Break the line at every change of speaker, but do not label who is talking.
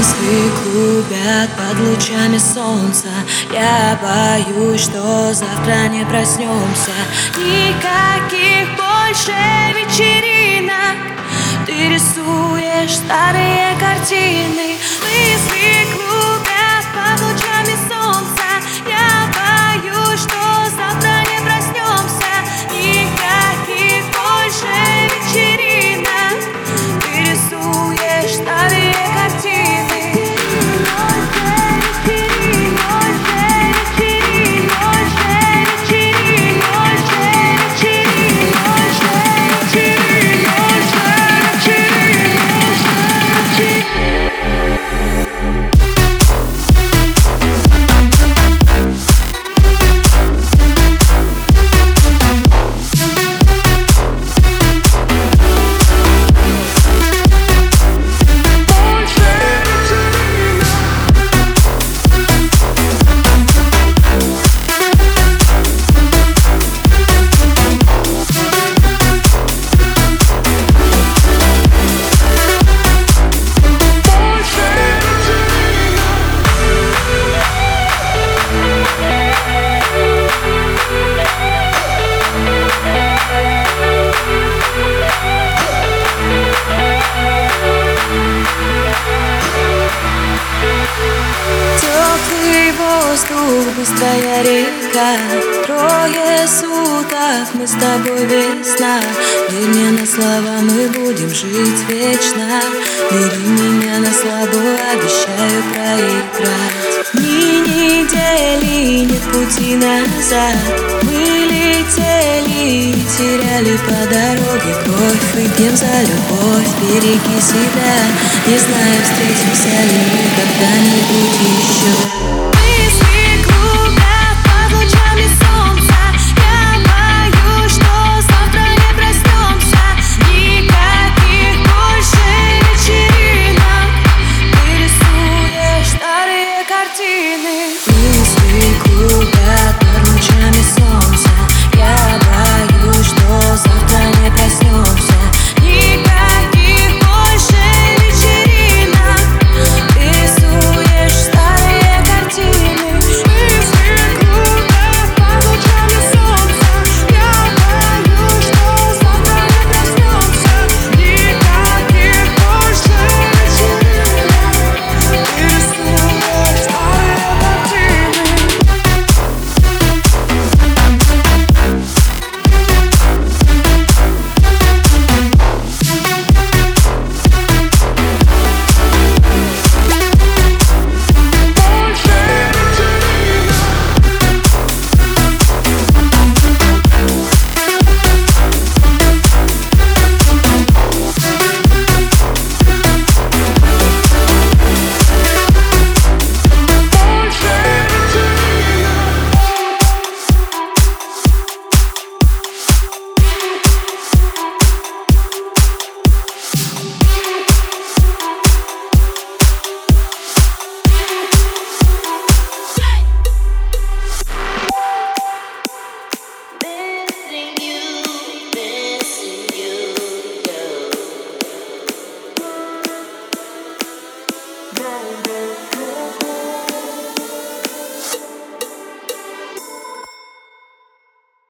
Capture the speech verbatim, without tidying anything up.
Мысли клубят под лучами солнца. Я боюсь, что завтра не проснемся. Никаких больше вечеринок. Ты рисуешь старые картины. Мысли клубят под лучами солнца. Я боюсь, что завтра не проснемся. Никаких больше вечеринок. Ты рисуешь старые картины. Теплый воздух, быстрая река. Трое суток, мы с тобой весна. Верь мне на слова, мы будем жить вечно. Бери меня на слабо, обещаю проиграть. Ни недели, нет пути назад. Мы летели и теряли по дороге кровь. Выпьем за любовь, береги себя. Не знаю, встретимся ли мы когда-нибудь еще.